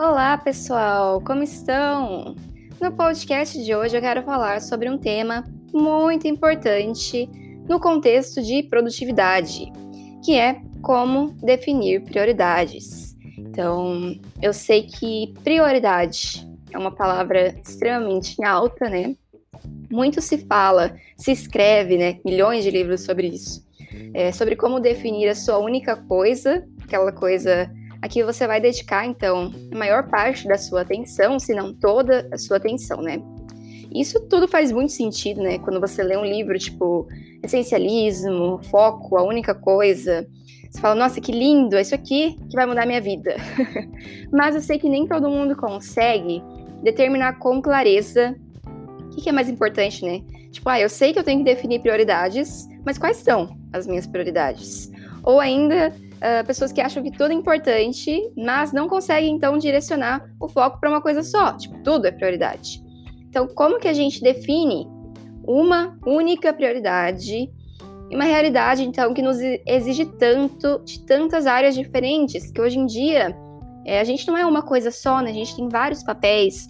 Olá, pessoal! Como estão? No podcast de hoje eu quero falar sobre um tema muito importante no contexto de produtividade, que é como definir prioridades. Então, eu sei que prioridade é uma palavra extremamente alta, né? Muito se fala, se escreve, né? Milhões de livros sobre isso. Sobre como definir a sua única coisa, aquela coisa a que você vai dedicar, então, a maior parte da sua atenção, se não toda a sua atenção, né? Isso tudo faz muito sentido, né? Quando você lê um livro, tipo, essencialismo, foco, a única coisa, você fala, nossa, que lindo, é isso aqui que vai mudar a minha vida. Mas eu sei que nem todo mundo consegue determinar com clareza o que é mais importante, né? Tipo, eu sei que eu tenho que definir prioridades, mas quais são as minhas prioridades? Ou ainda, pessoas que acham que tudo é importante, mas não conseguem, então, direcionar o foco para uma coisa só. Tipo, tudo é prioridade. Então, como que a gente define uma única prioridade e uma realidade, então, que nos exige tanto de tantas áreas diferentes, que hoje em dia a gente não é uma coisa só, né? A gente tem vários papéis.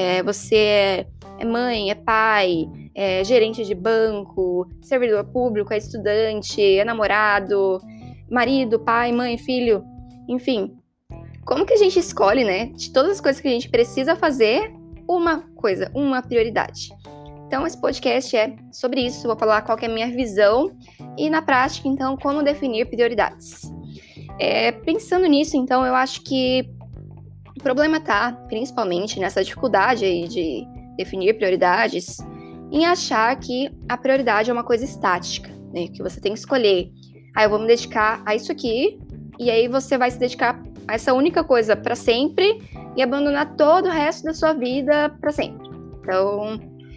Você é mãe, é pai, é gerente de banco, servidor público, é estudante, é namorado, marido, pai, mãe, filho, enfim. Como que a gente escolhe, né, de todas as coisas que a gente precisa fazer, uma coisa, uma prioridade? Então, esse podcast é sobre isso, vou falar qual que é a minha visão e, na prática, então, como definir prioridades. Pensando nisso, então, eu acho que o problema está, principalmente, nessa dificuldade aí de definir prioridades, em achar que a prioridade é uma coisa estática, né? Que você tem que escolher, eu vou me dedicar a isso aqui, e aí você vai se dedicar a essa única coisa para sempre e abandonar todo o resto da sua vida para sempre. Então,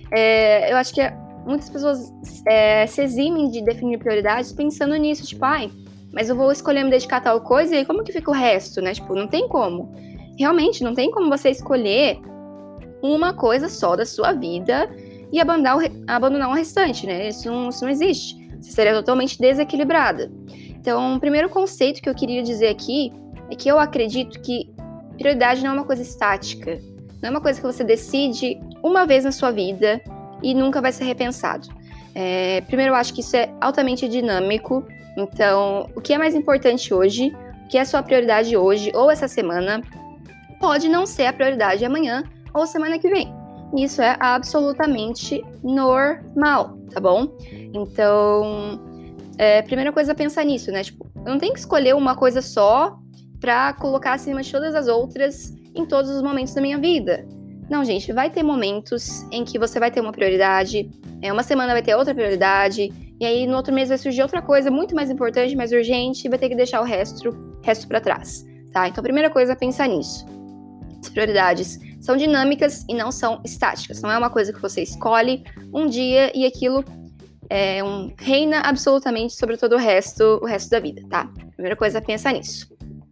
eu acho que muitas pessoas se eximem de definir prioridades pensando nisso, tipo, mas eu vou escolher me dedicar a tal coisa, e aí como que fica o resto, né? Tipo, não tem como. Realmente, não tem como você escolher uma coisa só da sua vida e abandonar o restante, né? Isso não existe. Você seria totalmente desequilibrada. Então, o primeiro conceito que eu queria dizer aqui é que eu acredito que prioridade não é uma coisa estática. Não é uma coisa que você decide uma vez na sua vida e nunca vai ser repensado. Primeiro, eu acho que isso é altamente dinâmico. Então, o que é mais importante hoje, o que é a sua prioridade hoje ou essa semana, pode não ser a prioridade amanhã ou semana que vem. Isso é absolutamente normal, tá bom? Então, primeira coisa é pensar nisso, né? Tipo, eu não tenho que escolher uma coisa só pra colocar acima de todas as outras em todos os momentos da minha vida. Não, gente, vai ter momentos em que você vai ter uma prioridade, uma semana vai ter outra prioridade, e aí no outro mês vai surgir outra coisa muito mais importante, mais urgente, e vai ter que deixar o resto para trás, tá? Então a primeira coisa é pensar nisso. As prioridades são dinâmicas e não são estáticas. Não é uma coisa que você escolhe um dia e aquilo reina absolutamente sobre todo o resto da vida, tá? Primeira coisa é pensar nisso.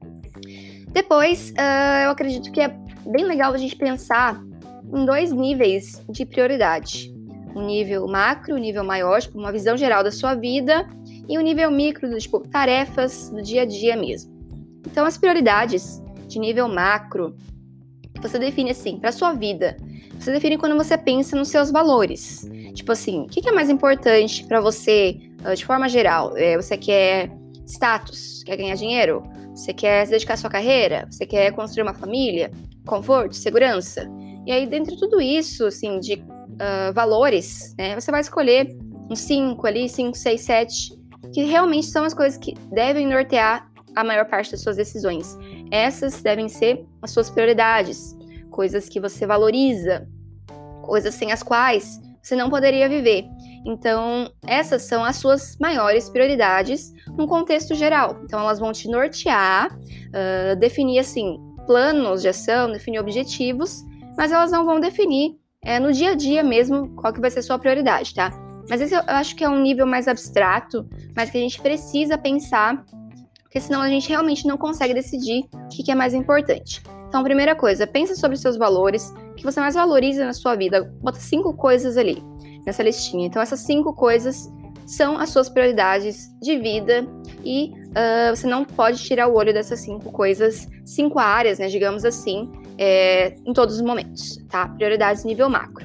Depois, eu acredito que é bem legal a gente pensar em 2 níveis de prioridade. Um nível macro, um nível maior, tipo, uma visão geral da sua vida, e um nível micro, tipo, tarefas do dia a dia mesmo. Então, as prioridades de nível macro, você define assim, para sua vida. Você define quando você pensa nos seus valores. Tipo assim, o que é mais importante para você, de forma geral? Você quer status? Quer ganhar dinheiro? Você quer se dedicar à sua carreira? Você quer construir uma família? Conforto? Segurança? E aí, dentro de tudo isso, assim, de valores, né, você vai escolher uns 5 ali, 5, 6, 7, que realmente são as coisas que devem nortear a maior parte das suas decisões. Essas devem ser as suas prioridades, coisas que você valoriza, coisas sem as quais você não poderia viver. Então, essas são as suas maiores prioridades num contexto geral. Então, elas vão te nortear, definir, assim, planos de ação, definir objetivos, mas elas não vão definir no dia a dia mesmo qual que vai ser a sua prioridade, tá? Mas esse eu acho que é um nível mais abstrato, mas que a gente precisa pensar, porque senão a gente realmente não consegue decidir o que é mais importante. Então, primeira coisa, pensa sobre os seus valores, o que você mais valoriza na sua vida. Bota 5 coisas ali, nessa listinha. Então, essas 5 coisas são as suas prioridades de vida e você não pode tirar o olho dessas 5 coisas, 5 áreas, né, digamos assim, em todos os momentos, tá? Prioridades nível macro.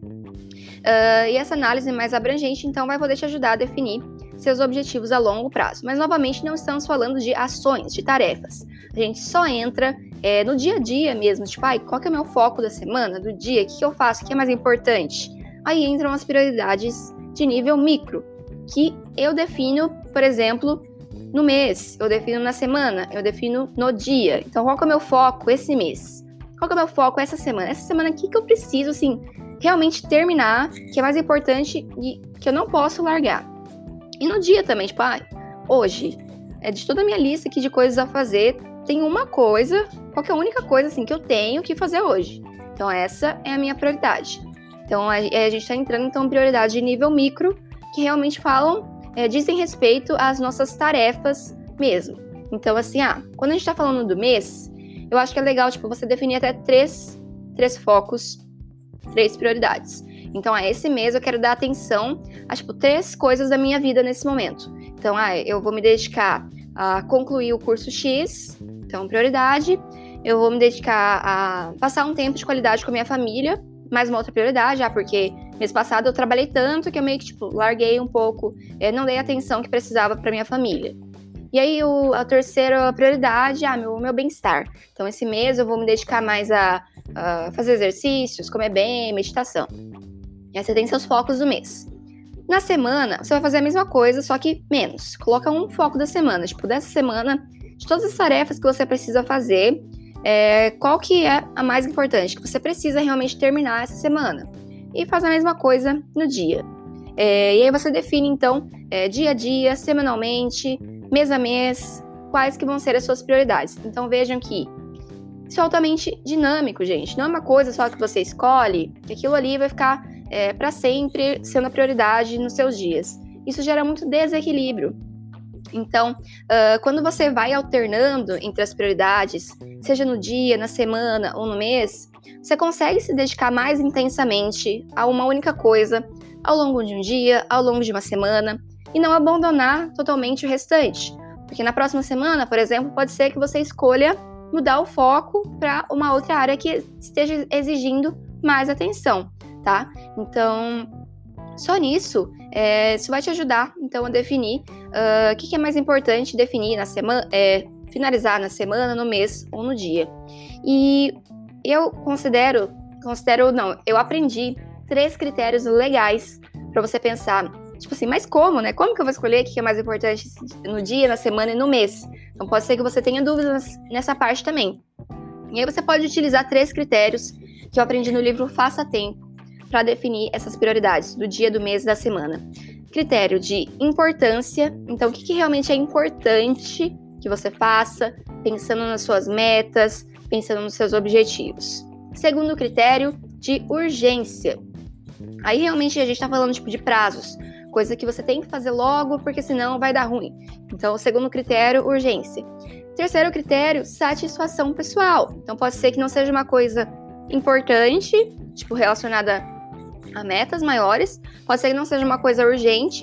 E essa análise mais abrangente, então, vai poder te ajudar a definir seus objetivos a longo prazo. Mas, novamente, não estamos falando de ações, de tarefas. A gente só entra no dia a dia mesmo, tipo, qual que é o meu foco da semana, do dia, o que eu faço, o que é mais importante? Aí entram as prioridades de nível micro, que eu defino, por exemplo, no mês, eu defino na semana, eu defino no dia. Então, qual que é o meu foco esse mês? Qual que é o meu foco essa semana? Essa semana, o que eu preciso, assim, realmente terminar, que é mais importante e que eu não posso largar? E no dia também, tipo, hoje, de toda a minha lista aqui de coisas a fazer, tem uma coisa, qual que é a única coisa, assim, que eu tenho que fazer hoje? Então, essa é a minha prioridade. Então, a gente está entrando, então, em prioridade de nível micro, que realmente dizem respeito às nossas tarefas mesmo. Então, assim, quando a gente está falando do mês, eu acho que é legal, tipo, você definir até três focos, 3 prioridades. Então, esse mês eu quero dar atenção a, tipo, 3 coisas da minha vida nesse momento. Então, eu vou me dedicar a concluir o curso X, então, prioridade. Eu vou me dedicar a passar um tempo de qualidade com a minha família, mais uma outra prioridade, porque mês passado eu trabalhei tanto que eu meio que, tipo, larguei um pouco, não dei a atenção que precisava para minha família. E aí, a terceira prioridade, meu bem-estar. Então, esse mês eu vou me dedicar mais a fazer exercícios, comer bem, meditação. E aí você tem seus focos do mês. Na semana, você vai fazer a mesma coisa, só que menos. Coloca um foco da semana. Tipo, dessa semana, de todas as tarefas que você precisa fazer, qual que é a mais importante, que você precisa realmente terminar essa semana. E faz a mesma coisa no dia. E aí você define, então, dia a dia, semanalmente, mês a mês, quais que vão ser as suas prioridades. Então, vejam que isso é altamente dinâmico, gente. Não é uma coisa só que você escolhe, que aquilo ali vai ficar para sempre sendo a prioridade nos seus dias. Isso gera muito desequilíbrio. Então, quando você vai alternando entre as prioridades, seja no dia, na semana ou no mês, você consegue se dedicar mais intensamente a uma única coisa ao longo de um dia, ao longo de uma semana, e não abandonar totalmente o restante. Porque na próxima semana, por exemplo, pode ser que você escolha mudar o foco para uma outra área que esteja exigindo mais atenção, tá? Então, só nisso, isso vai te ajudar, então, a definir o que é mais importante definir na semana, finalizar na semana, no mês ou no dia. E eu eu aprendi 3 critérios legais para você pensar, tipo assim, mas como, né? Como que eu vou escolher o que é mais importante no dia, na semana e no mês? Então, pode ser que você tenha dúvidas nessa parte também. E aí você pode utilizar 3 critérios que eu aprendi no livro Faça Tempo para definir essas prioridades do dia, do mês e da semana. Critério de importância. Então, o que realmente é importante que você faça, pensando nas suas metas, pensando nos seus objetivos. Segundo critério, de urgência. Aí, realmente, a gente está falando tipo de prazos. Coisa que você tem que fazer logo, porque senão vai dar ruim. Então, segundo critério, urgência. Terceiro critério, satisfação pessoal. Então, pode ser que não seja uma coisa importante, tipo, relacionada a metas maiores. Pode ser que não seja uma coisa urgente,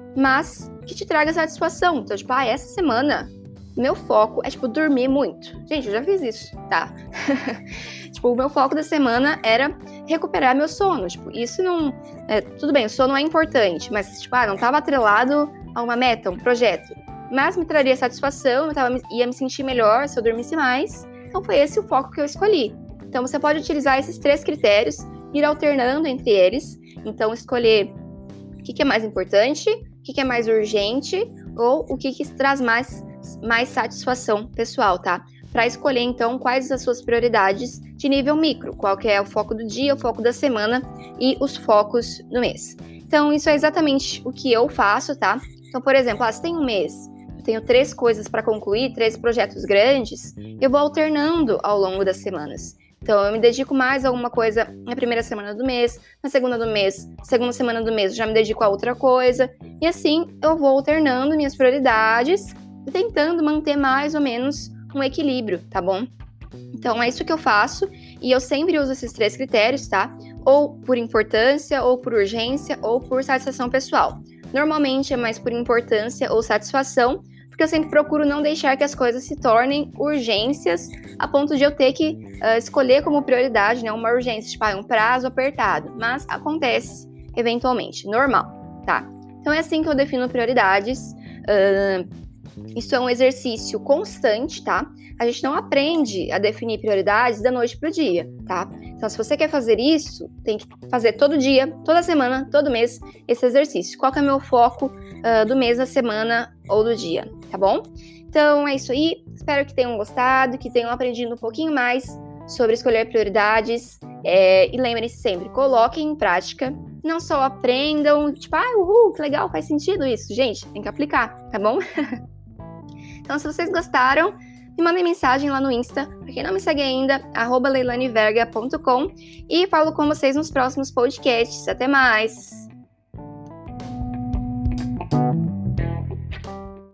mas que te traga satisfação. Então, tipo, essa semana, meu foco é, tipo, dormir muito. Gente, eu já fiz isso, tá? Tipo, o meu foco da semana era recuperar meu sono. Tipo, isso não... tudo bem, o sono é importante, mas, tipo, não estava atrelado a uma meta, um projeto. Mas me traria satisfação, ia me sentir melhor se eu dormisse mais. Então, foi esse o foco que eu escolhi. Então, você pode utilizar esses 3 critérios, ir alternando entre eles. Então, escolher o que é mais importante, o que é mais urgente, ou o que traz mais satisfação pessoal, tá? Para escolher, então, quais as suas prioridades de nível micro, qual que é o foco do dia, o foco da semana e os focos do mês. Então, isso é exatamente o que eu faço, tá? Então, por exemplo, se tem um mês, eu tenho 3 coisas para concluir, 3 projetos grandes, eu vou alternando ao longo das semanas. Então, eu me dedico mais a alguma coisa na primeira semana do mês, na segunda semana do mês, eu já me dedico a outra coisa, e assim eu vou alternando minhas prioridades e tentando manter mais ou menos um equilíbrio, tá bom? Então, é isso que eu faço, e eu sempre uso esses 3 critérios, tá? Ou por importância, ou por urgência, ou por satisfação pessoal. Normalmente é mais por importância ou satisfação, porque eu sempre procuro não deixar que as coisas se tornem urgências a ponto de eu ter que escolher como prioridade, né, uma urgência, tipo, um prazo apertado, mas acontece eventualmente, normal, tá? Então é assim que eu defino prioridades. Isso é um exercício constante, tá? A gente não aprende a definir prioridades da noite pro dia, tá? Então, se você quer fazer isso, tem que fazer todo dia, toda semana, todo mês, esse exercício. Qual que é o meu foco do mês, da semana ou do dia, tá bom? Então, é isso aí. Espero que tenham gostado, que tenham aprendido um pouquinho mais sobre escolher prioridades. E lembrem-se sempre, coloquem em prática. Não só aprendam, tipo, uhul, que legal, faz sentido isso. Gente, tem que aplicar, tá bom? Então, se vocês gostaram, me mandem mensagem lá no Insta, pra quem não me segue ainda, @leilaneverga.com, e falo com vocês nos próximos podcasts. Até mais!